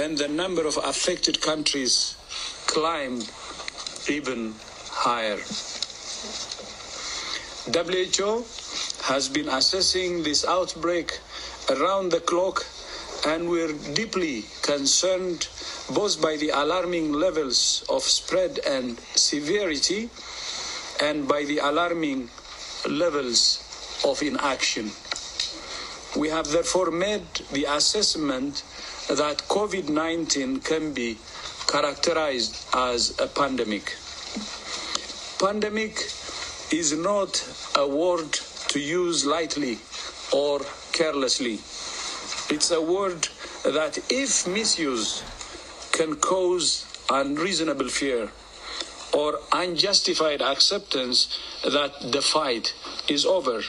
and the number of affected countries climbed even higher. WHO has been assessing this outbreak around the clock, and we're deeply concerned both by the alarming levels of spread and severity and by the alarming levels of inaction. We have therefore made the assessment that COVID-19 can be characterized as a pandemic. Pandemic is not a word to use lightly or carelessly. It's a word that, if misused, can cause unreasonable fear or unjustified acceptance that the fight is over.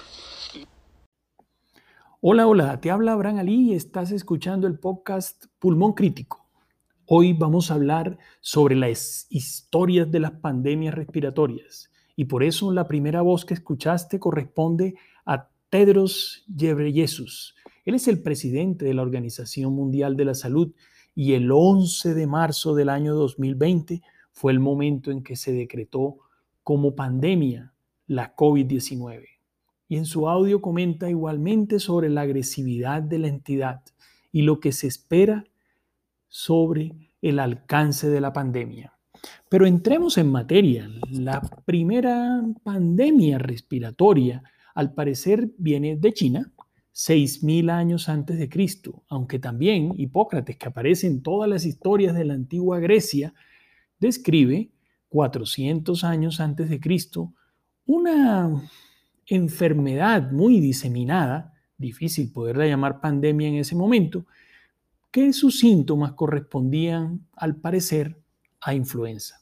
Hola, te habla Abraham Ali y estás escuchando el podcast Pulmón Crítico. Hoy vamos a hablar sobre las historias de las pandemias respiratorias y por eso la primera voz que escuchaste corresponde a Tedros Ghebreyesus. Él es el presidente de la Organización Mundial de la Salud y el 11 de marzo del año 2020 fue el momento en que se decretó como pandemia la COVID-19. Y en su audio comenta igualmente sobre la agresividad de la entidad y lo que se espera sobre el alcance de la pandemia. Pero entremos en materia. La primera pandemia respiratoria, al parecer, viene de China, 6.000 años antes de Cristo, aunque también Hipócrates, que aparece en todas las historias de la antigua Grecia, describe 400 años antes de Cristo una enfermedad muy diseminada, difícil poderla llamar pandemia en ese momento, que sus síntomas correspondían, al parecer, a influenza.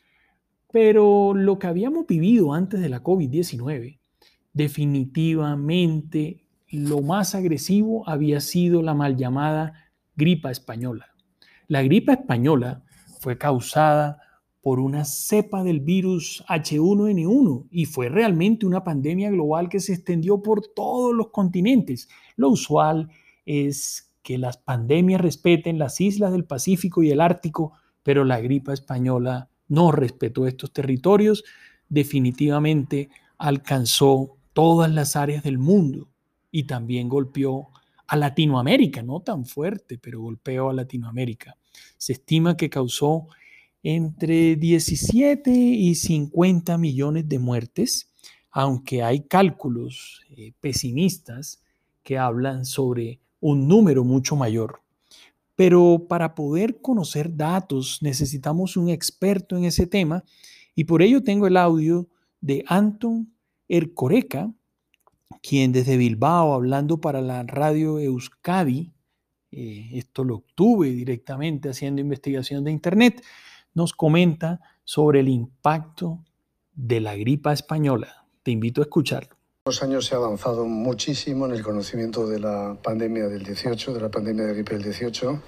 Pero lo que habíamos vivido antes de la COVID-19, definitivamente lo más agresivo había sido la mal llamada gripa española. La gripa española fue causada por una cepa del virus H1N1 y fue realmente una pandemia global que se extendió por todos los continentes. Lo usual es que las pandemias respeten las islas del Pacífico y el Ártico, pero la gripa española no respetó estos territorios, definitivamente alcanzó todas las áreas del mundo y también golpeó a Latinoamérica, no tan fuerte, pero golpeó a Latinoamérica. Se estima que causó entre 17 y 50 millones de muertes, aunque hay cálculos pesimistas que hablan sobre un número mucho mayor. Pero para poder conocer datos necesitamos un experto en ese tema y por ello tengo el audio de Anton Erkoreka, quien desde Bilbao, hablando para la radio Euskadi, esto lo obtuve directamente haciendo investigación de internet, nos comenta sobre el impacto de la gripa española. Te invito a escucharlo. En los años se ha avanzado muchísimo en el conocimiento de la pandemia del 18, de la pandemia de gripe del 18,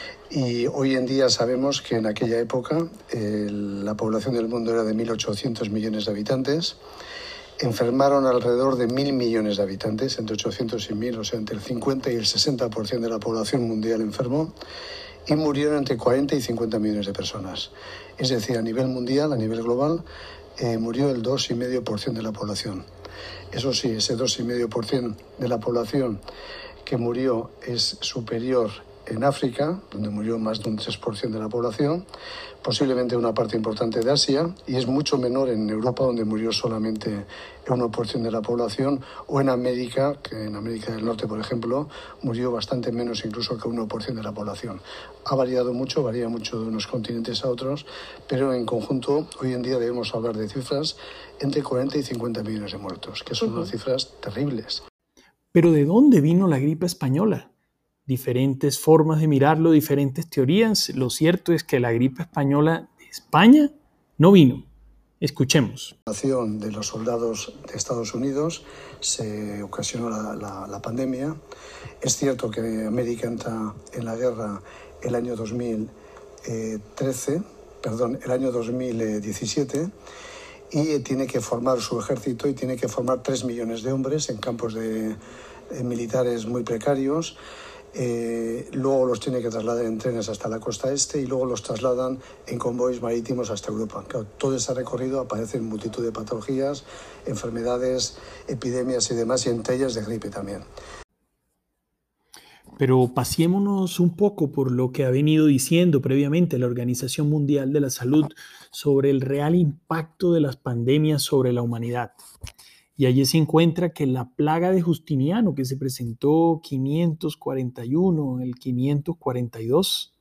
y hoy en día sabemos que en aquella época la población del mundo era de 1.800 millones de habitantes. Enfermaron alrededor de 1.000 millones de habitantes, entre 800 y 1.000, o sea, entre el 50 y el 60% de la población mundial enfermó, y murieron entre 40 y 50 millones de personas. Es decir, a nivel mundial, a nivel global, murió el 2,5% de la población. Eso sí, ese 2,5% de la población que murió es superior en África, donde murió más de un 3% de la población, posiblemente una parte importante de Asia, y es mucho menor en Europa, donde murió solamente el 1% de la población, o en América, que en América del Norte, por ejemplo, murió bastante menos incluso que 1% de la población. Ha variado mucho, varía mucho de unos continentes a otros, pero en conjunto hoy en día debemos hablar de cifras entre 40 y 50 millones de muertos, que son unas cifras terribles. ¿Pero de dónde vino la gripe española? Diferentes formas de mirarlo, diferentes teorías. Lo cierto es que la gripe española de España no vino. Escuchemos. La acción de los soldados de Estados Unidos se ocasionó la pandemia. Es cierto que América entra en la guerra el año 2017 y tiene que formar su ejército y tiene que formar 3 millones de hombres en campos militares muy precarios. luego los tiene que trasladar en trenes hasta la costa este y luego los trasladan en convoys marítimos hasta Europa. Claro, todo ese recorrido aparecen multitud de patologías, enfermedades, epidemias y demás, y entre ellas de gripe también. Pero pasémonos un poco por lo que ha venido diciendo previamente la Organización Mundial de la Salud sobre el real impacto de las pandemias sobre la humanidad. Y allí se encuentra que la plaga de Justiniano, que se presentó 541, el 542,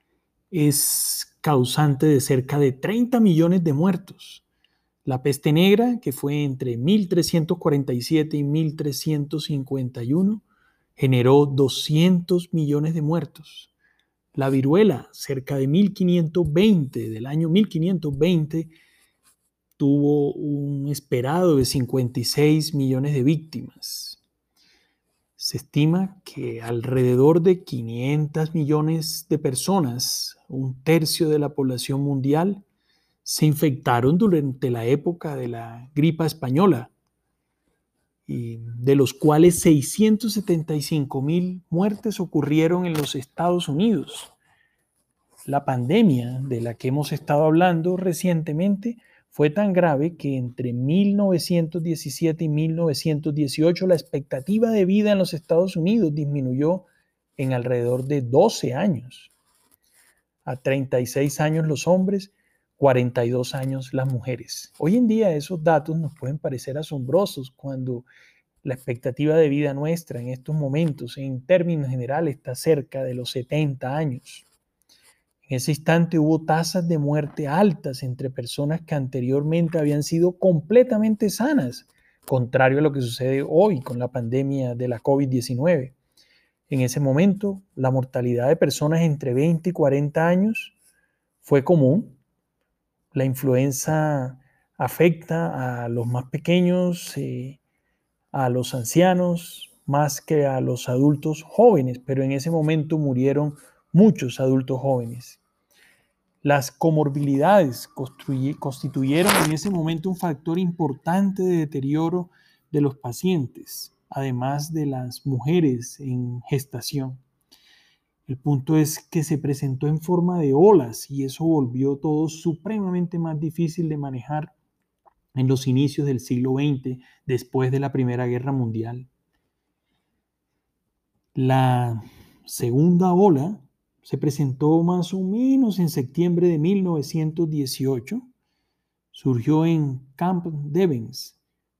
es causante de cerca de 30 millones de muertos. La peste negra, que fue entre 1347 y 1351, generó 200 millones de muertos. La viruela, cerca de 1520, del año 1520, tuvo un esperado de 56 millones de víctimas. Se estima que alrededor de 500 millones de personas, un tercio de la población mundial, se infectaron durante la época de la gripa española, y de los cuales 675,000 muertes ocurrieron en los Estados Unidos. La pandemia de la que hemos estado hablando recientemente fue tan grave que entre 1917 y 1918 la expectativa de vida en los Estados Unidos disminuyó en alrededor de 12 años. A 36 años los hombres, 42 años las mujeres. Hoy en día esos datos nos pueden parecer asombrosos cuando la expectativa de vida nuestra en estos momentos, en términos generales, está cerca de los 70 años. En ese instante hubo tasas de muerte altas entre personas que anteriormente habían sido completamente sanas, contrario a lo que sucede hoy con la pandemia de la COVID-19. En ese momento, la mortalidad de personas entre 20 y 40 años fue común. La influenza afecta a los más pequeños, a los ancianos, más que a los adultos jóvenes, pero en ese momento murieron muchos adultos jóvenes. Las comorbilidades constituyeron en ese momento un factor importante de deterioro de los pacientes, además de las mujeres en gestación. El punto es que se presentó en forma de olas y eso volvió todo supremamente más difícil de manejar en los inicios del siglo XX, después de la Primera Guerra Mundial. La segunda ola se presentó más o menos en septiembre de 1918. Surgió en Camp Devens,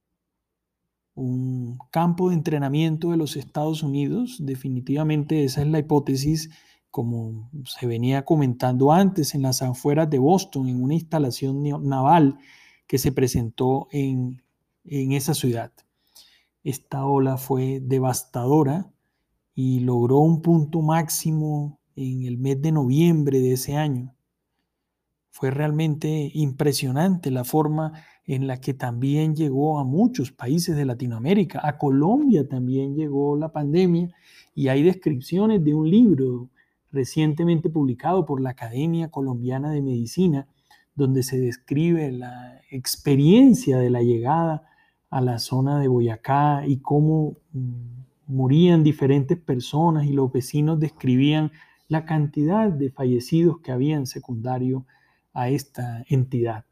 un campo de entrenamiento de los Estados Unidos. Definitivamente esa es la hipótesis, como se venía comentando antes, en las afueras de Boston, en una instalación naval que se presentó en esa ciudad. Esta ola fue devastadora y logró un punto máximo en el mes de noviembre de ese año. Fue realmente impresionante la forma en la que también llegó a muchos países de Latinoamérica. A Colombia también llegó la pandemia y hay descripciones de un libro recientemente publicado por la Academia Colombiana de Medicina, donde se describe la experiencia de la llegada a la zona de Boyacá y cómo morían diferentes personas y los vecinos describían la cantidad de fallecidos que había en secundario a esta entidad.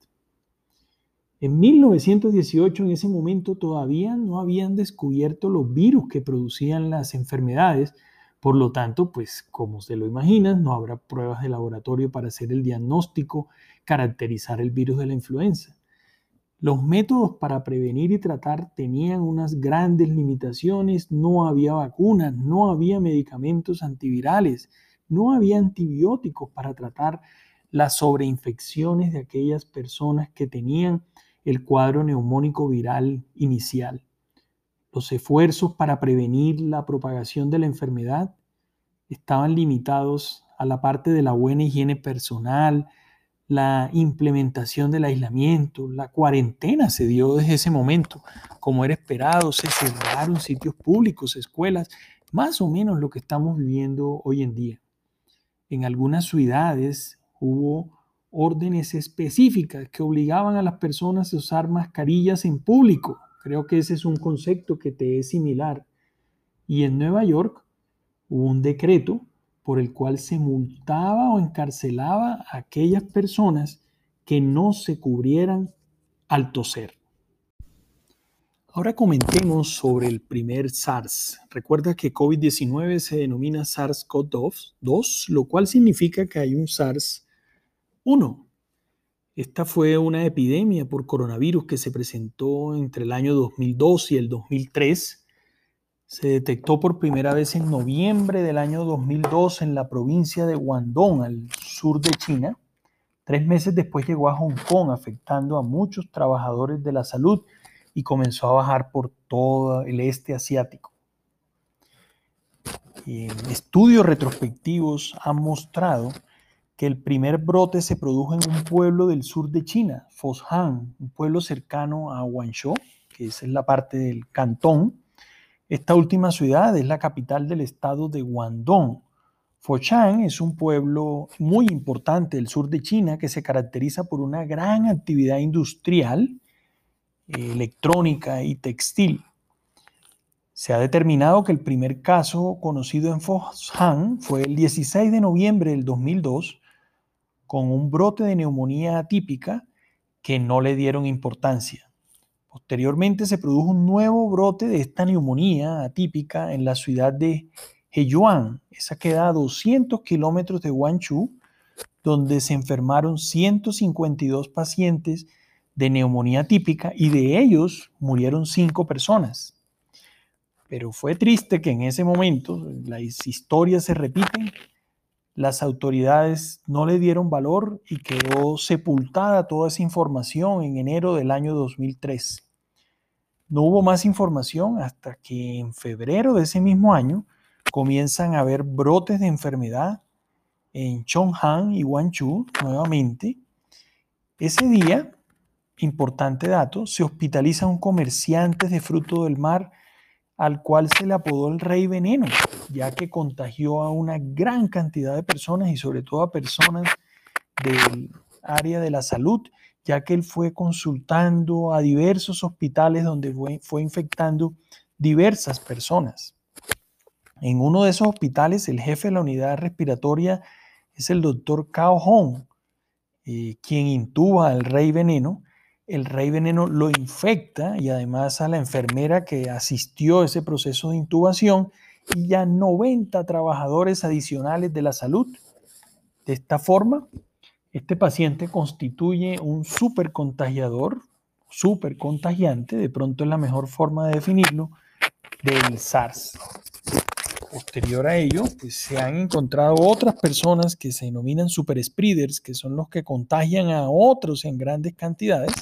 En 1918, en ese momento, todavía no habían descubierto los virus que producían las enfermedades. Por lo tanto, pues como se lo imaginan, no habrá pruebas de laboratorio para hacer el diagnóstico, caracterizar el virus de la influenza. Los métodos para prevenir y tratar tenían unas grandes limitaciones. No había vacunas, no había medicamentos antivirales, no había antibióticos para tratar las sobreinfecciones de aquellas personas que tenían el cuadro neumónico viral inicial. Los esfuerzos para prevenir la propagación de la enfermedad estaban limitados a la parte de la buena higiene personal, la implementación del aislamiento, la cuarentena se dio desde ese momento. Como era esperado, se cerraron sitios públicos, escuelas, más o menos lo que estamos viviendo hoy en día. En algunas ciudades hubo órdenes específicas que obligaban a las personas a usar mascarillas en público. Creo que ese es un concepto que te es similar. Y en Nueva York Hubo un decreto por el cual se multaba o encarcelaba a aquellas personas que no se cubrieran al toser. Ahora comentemos sobre el primer SARS. Recuerda que COVID-19 se denomina SARS-CoV-2, lo cual significa que hay un SARS-1. Esta fue una epidemia por coronavirus que se presentó entre el año 2002 y el 2003. Se detectó por primera vez en noviembre del año 2002 en la provincia de Guangdong, al sur de China. 3 meses después llegó a Hong Kong, afectando a muchos trabajadores de la salud y comenzó a bajar por todo el este asiático. Estudios retrospectivos han mostrado que el primer brote se produjo en un pueblo del sur de China, Foshan, un pueblo cercano a Guangzhou, que es la parte del Cantón. Esta última ciudad es la capital del estado de Guangdong. Foshan es un pueblo muy importante del sur de China que se caracteriza por una gran actividad industrial, electrónica y textil. Se ha determinado que el primer caso conocido en Foshan fue el 16 de noviembre del 2002 con un brote de neumonía atípica que no le dieron importancia. Posteriormente se produjo un nuevo brote de esta neumonía atípica en la ciudad de Heiyuan. Esa queda a 200 kilómetros de Guangzhou, donde se enfermaron 152 pacientes de neumonía atípica y de ellos murieron 5 personas. Pero fue triste que en ese momento, las historias se repiten, las autoridades no le dieron valor y quedó sepultada toda esa información en enero del año 2003. No hubo más información hasta que en febrero de ese mismo año comienzan a haber brotes de enfermedad en Chong'an y Guangzhou nuevamente. Ese día, importante dato, se hospitaliza un comerciante de frutos del mar al cual se le apodó el Rey Veneno, ya que contagió a una gran cantidad de personas y sobre todo a personas del área de la salud, ya que él fue consultando a diversos hospitales donde fue infectando diversas personas. En uno de esos hospitales, el jefe de la unidad respiratoria es el doctor Cao Hong, quien intuba al Rey Veneno. El Rey Veneno lo infecta y además a la enfermera que asistió a ese proceso de intubación y ya 90 trabajadores adicionales de la salud. De esta forma, este paciente constituye un supercontagiador, supercontagiante, de pronto es la mejor forma de definirlo, del SARS. Posterior a ello, pues se han encontrado otras personas que se denominan super spreaders, que son los que contagian a otros en grandes cantidades.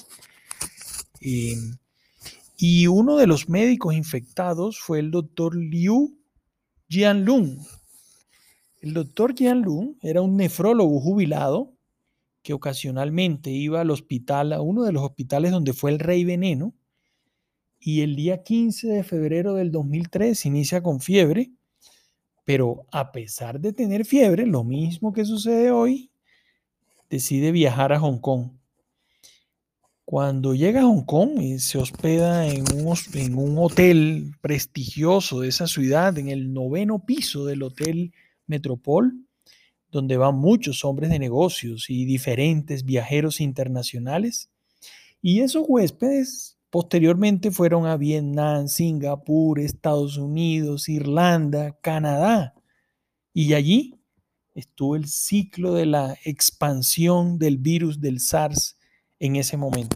Y uno de los médicos infectados fue el doctor Liu Jianlun. El doctor Jianlun era un nefrólogo jubilado que ocasionalmente iba al hospital, a uno de los hospitales donde fue el Rey Veneno, y el día 15 de febrero del 2003 inicia con fiebre, pero a pesar de tener fiebre, lo mismo que sucede hoy, decide viajar a Hong Kong. Cuando llega a Hong Kong se hospeda en un hotel prestigioso de esa ciudad, en el 9º piso del Hotel Metropol, donde van muchos hombres de negocios y diferentes viajeros internacionales. Y esos huéspedes posteriormente fueron a Vietnam, Singapur, Estados Unidos, Irlanda, Canadá. Y allí estuvo el ciclo de la expansión del virus del SARS en ese momento.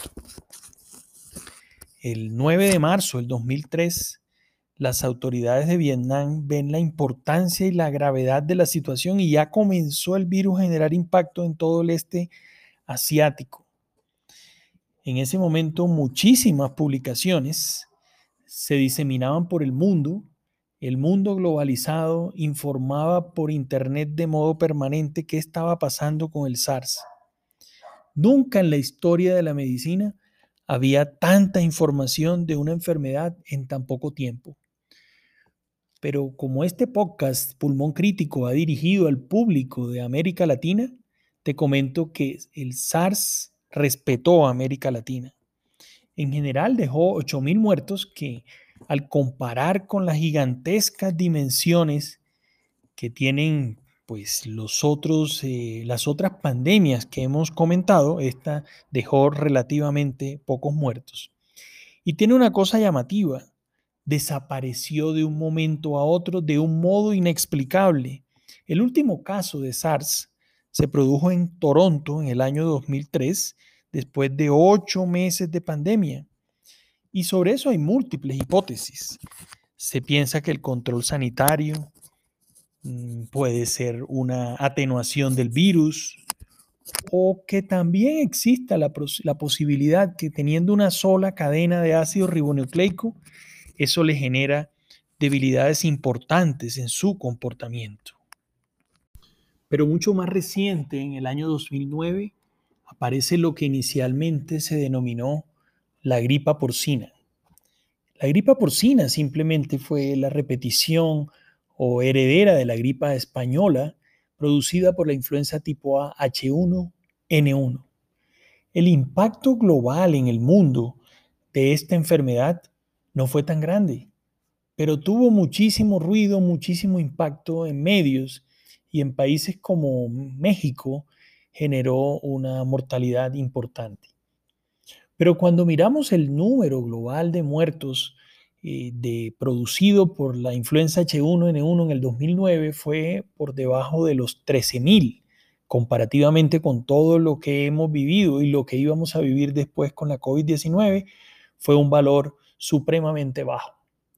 El 9 de marzo del 2003, las autoridades de Vietnam ven la importancia y la gravedad de la situación y ya comenzó el virus a generar impacto en todo el este asiático. En ese momento, muchísimas publicaciones se diseminaban por el mundo. El mundo globalizado informaba por internet de modo permanente qué estaba pasando con el SARS. Nunca en la historia de la medicina había tanta información de una enfermedad en tan poco tiempo. Pero como este podcast Pulmón Crítico va dirigido al público de América Latina, te comento que el SARS respetó a América Latina. En general dejó 8.000 muertos que, al comparar con las gigantescas dimensiones que tienen pues las otras pandemias que hemos comentado. Esta dejó relativamente pocos muertos. Y tiene una cosa llamativa: desapareció de un momento a otro de un modo inexplicable. El último caso de SARS se produjo en Toronto en el año 2003, después de 8 meses de pandemia. Y sobre eso hay múltiples hipótesis. Se piensa que el control sanitario puede ser una atenuación del virus, o que también exista la posibilidad que, teniendo una sola cadena de ácido ribonucleico, eso le genera debilidades importantes en su comportamiento. Pero mucho más reciente, en el año 2009, aparece lo que inicialmente se denominó la gripa porcina. La gripa porcina simplemente fue la repetición o heredera de la gripa española producida por la influenza tipo A H1N1. El impacto global en el mundo de esta enfermedad no fue tan grande, pero tuvo muchísimo ruido, muchísimo impacto en medios, y en países como México generó una mortalidad importante. Pero cuando miramos el número global de muertos producido por la influenza H1N1 en el 2009, fue por debajo de los 13,000, comparativamente con todo lo que hemos vivido y lo que íbamos a vivir después con la COVID-19, fue un valor supremamente bajo.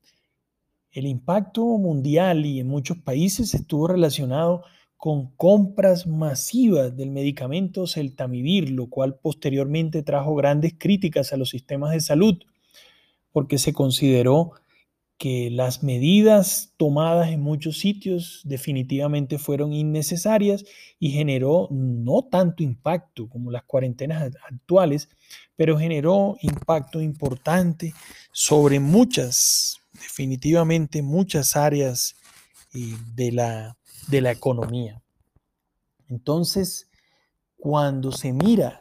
El impacto mundial y en muchos países estuvo relacionado con compras masivas del medicamento Celtamivir, lo cual posteriormente trajo grandes críticas a los sistemas de salud, porque se consideró que las medidas tomadas en muchos sitios definitivamente fueron innecesarias y generó no tanto impacto como las cuarentenas actuales, pero generó impacto importante sobre definitivamente muchas áreas de la economía. Entonces, cuando se mira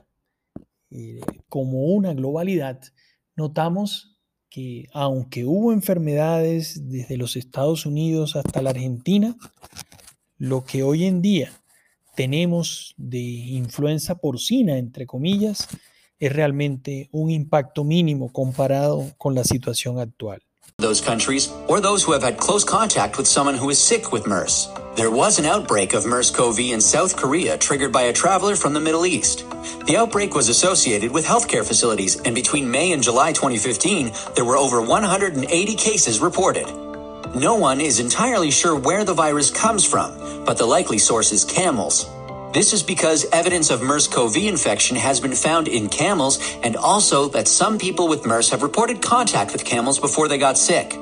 como una globalidad, notamos que aunque hubo enfermedades desde los Estados Unidos hasta la Argentina, lo que hoy en día tenemos de influenza porcina, entre comillas, es realmente un impacto mínimo comparado con la situación actual. Those countries, or those who have had close contact with someone who is sick with MERS. There was an outbreak of MERS-CoV in South Korea triggered by a traveler from the Middle East. The outbreak was associated with healthcare facilities, and between May and July 2015, there were over 180 cases reported. No one is entirely sure where the virus comes from, but the likely source is camels. This is because evidence of MERS-CoV infection has been found in camels, and also that some people with MERS have reported contact with camels before they got sick.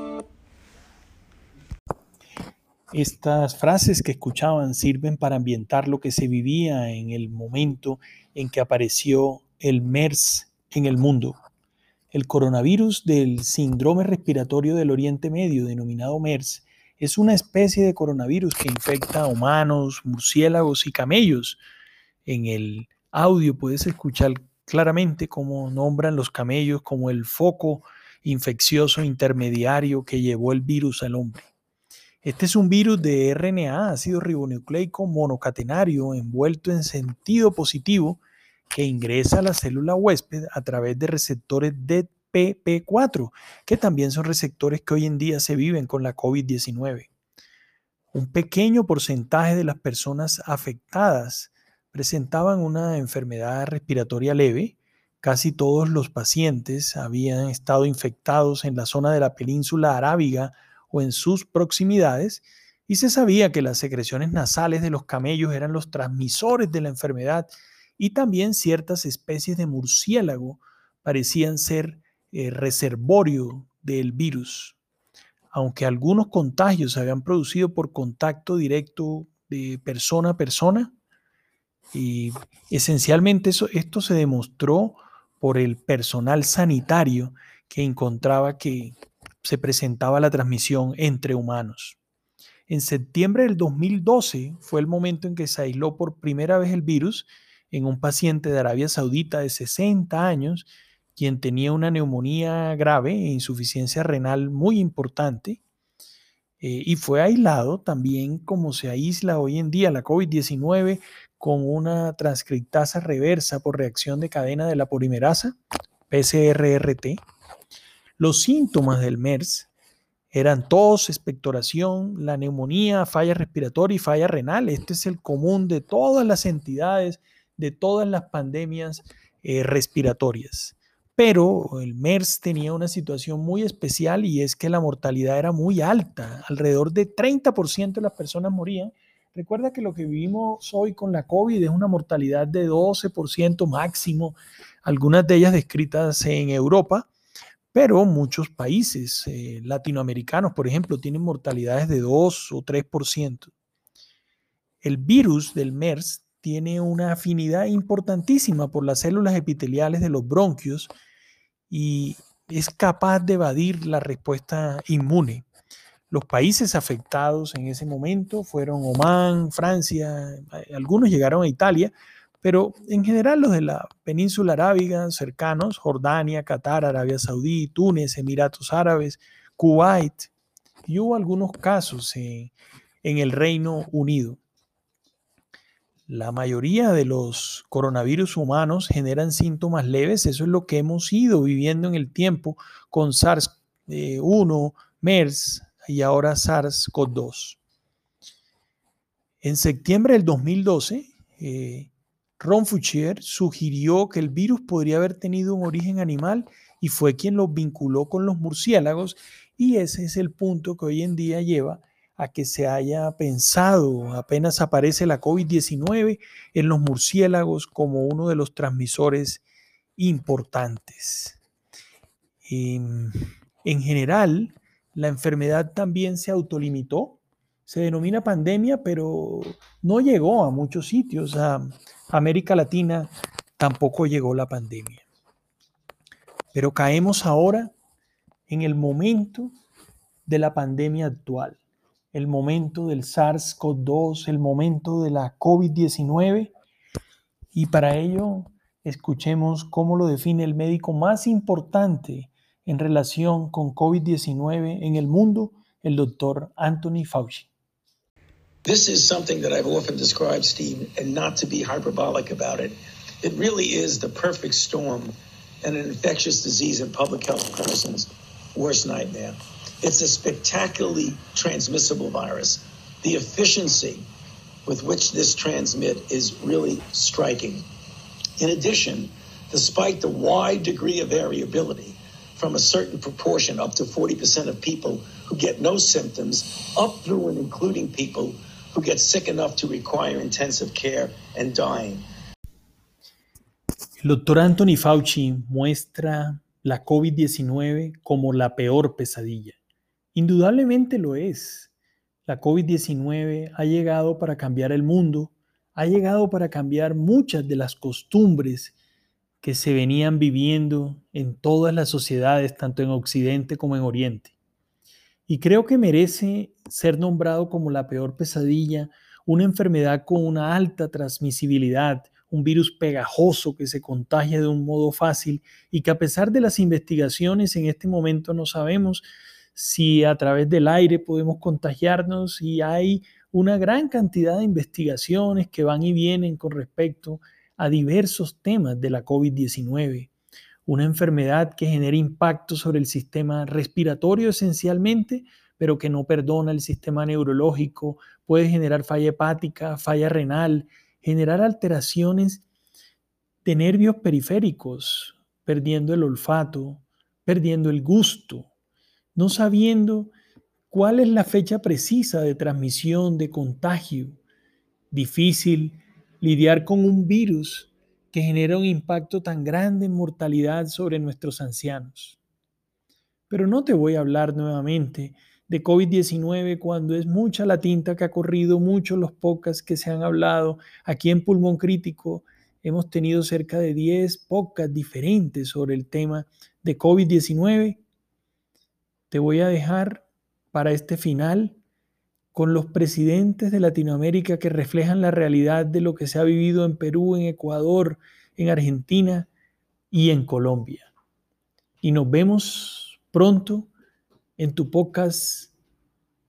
Estas frases que escuchaban sirven para ambientar lo que se vivía en el momento en que apareció el MERS en el mundo. El coronavirus del síndrome respiratorio del Oriente Medio, denominado MERS, es una especie de coronavirus que infecta a humanos, murciélagos y camellos. En el audio puedes escuchar claramente cómo nombran los camellos como el foco infeccioso intermediario que llevó el virus al hombre. Este es un virus de RNA, ácido ribonucleico monocatenario, envuelto en sentido positivo, que ingresa a la célula huésped a través de receptores DPP4, que también son receptores que hoy en día se viven con la COVID-19. Un pequeño porcentaje de las personas afectadas presentaban una enfermedad respiratoria leve. Casi todos los pacientes habían estado infectados en la zona de la península arábiga o en sus proximidades, y se sabía que las secreciones nasales de los camellos eran los transmisores de la enfermedad, y también ciertas especies de murciélago parecían ser reservorio del virus. Aunque algunos contagios se habían producido por contacto directo de persona a persona, y esencialmente esto se demostró por el personal sanitario que encontraba que se presentaba la transmisión entre humanos. En septiembre del 2012 fue el momento en que se aisló por primera vez el virus en un paciente de Arabia Saudita de 60 años, quien tenía una neumonía grave e insuficiencia renal muy importante. y fue aislado también como se aísla hoy en día la COVID-19 con una transcriptasa reversa por reacción de cadena de la polimerasa, PCR-RT. Los síntomas del MERS eran tos, expectoración, la neumonía, falla respiratoria y falla renal. Este es el común de todas las entidades, de todas las pandemias respiratorias. Pero el MERS tenía una situación muy especial y es que la mortalidad era muy alta. Alrededor de 30% de las personas morían. Recuerda que lo que vivimos hoy con la COVID es una mortalidad de 12% máximo, algunas de ellas descritas en Europa. Pero muchos países latinoamericanos, por ejemplo, tienen mortalidades de 2 o 3%. El virus del MERS tiene una afinidad importantísima por las células epiteliales de los bronquios y es capaz de evadir la respuesta inmune. Los países afectados en ese momento fueron Omán, Francia, algunos llegaron a Italia, pero en general los de la península arábiga cercanos, Jordania, Qatar, Arabia Saudí, Túnez, Emiratos Árabes, Kuwait, y hubo algunos casos en el Reino Unido. La mayoría de los coronavirus humanos generan síntomas leves, eso es lo que hemos ido viviendo en el tiempo con SARS-1, MERS y ahora SARS-CoV-2. En septiembre del 2012, Ron Fouchier sugirió que el virus podría haber tenido un origen animal y fue quien lo vinculó con los murciélagos, y ese es el punto que hoy en día lleva a que se haya pensado, apenas aparece la COVID-19, en los murciélagos como uno de los transmisores importantes. En general, la enfermedad también se autolimitó. Se denomina pandemia, pero no llegó a muchos sitios. A América Latina tampoco llegó la pandemia. Pero caemos ahora en el momento de la pandemia actual, el momento del SARS-CoV-2, el momento de la COVID-19, y para ello escuchemos cómo lo define el médico más importante en relación con COVID-19 en el mundo, el doctor Anthony Fauci. This is something that I've often described, Steve, and not to be hyperbolic about it. It really is the perfect storm and an infectious disease and public health person's worst nightmare. It's a spectacularly transmissible virus. The efficiency with which this transmit is really striking. In addition, despite the wide degree of variability from a certain proportion, up to 40% of people who get no symptoms, up through and including people who get sick enough to require intensive care and dying. El doctor Anthony Fauci muestra la COVID-19 como la peor pesadilla. Indudablemente lo es. La COVID-19 ha llegado para cambiar el mundo, ha llegado para cambiar muchas de las costumbres que se venían viviendo en todas las sociedades, tanto en Occidente como en Oriente. Y creo que merece ser nombrado como la peor pesadilla, una enfermedad con una alta transmisibilidad, un virus pegajoso que se contagia de un modo fácil y que a pesar de las investigaciones en este momento no sabemos si a través del aire podemos contagiarnos, y hay una gran cantidad de investigaciones que van y vienen con respecto a diversos temas de la COVID-19. Una enfermedad que genera impacto sobre el sistema respiratorio esencialmente, pero que no perdona el sistema neurológico, puede generar falla hepática, falla renal, generar alteraciones de nervios periféricos, perdiendo el olfato, perdiendo el gusto, no sabiendo cuál es la fecha precisa de transmisión, de contagio. Difícil lidiar con un virus que genera un impacto tan grande en mortalidad sobre nuestros ancianos. Pero no te voy a hablar nuevamente de COVID-19 cuando es mucha la tinta que ha corrido, muchos los podcasts que se han hablado. Aquí en Pulmón Crítico hemos tenido cerca de 10 podcasts diferentes sobre el tema de COVID-19. Te voy a dejar para este final con los presidentes de Latinoamérica que reflejan la realidad de lo que se ha vivido en Perú, en Ecuador, en Argentina y en Colombia. Y nos vemos pronto en tu podcast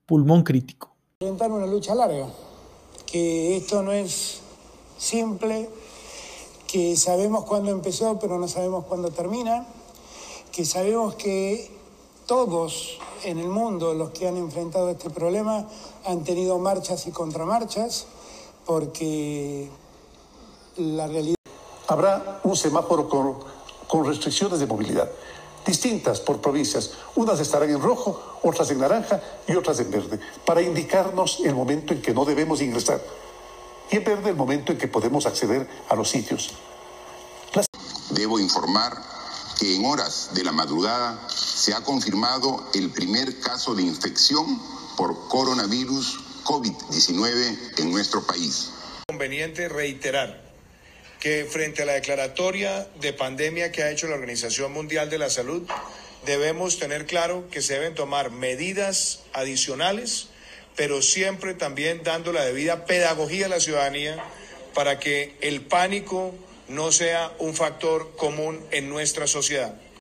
pulmón crítico. Enfrentar una lucha larga, que esto no es simple, que sabemos cuándo empezó pero no sabemos cuándo termina, que sabemos que todos en el mundo los que han enfrentado este problema han tenido marchas y contramarchas, porque la realidad... Habrá un semáforo con restricciones de movilidad, distintas por provincias. Unas estarán en rojo, otras en naranja y otras en verde, para indicarnos el momento en que no debemos ingresar. Y en verde el momento en que podemos acceder a los sitios. Debo informar que en horas de la madrugada se ha confirmado el primer caso de infección por coronavirus COVID-19 en nuestro país. Es conveniente reiterar que frente a la declaratoria de pandemia que ha hecho la Organización Mundial de la Salud, debemos tener claro que se deben tomar medidas adicionales, pero siempre también dando la debida pedagogía a la ciudadanía para que el pánico no sea un factor común en nuestra sociedad.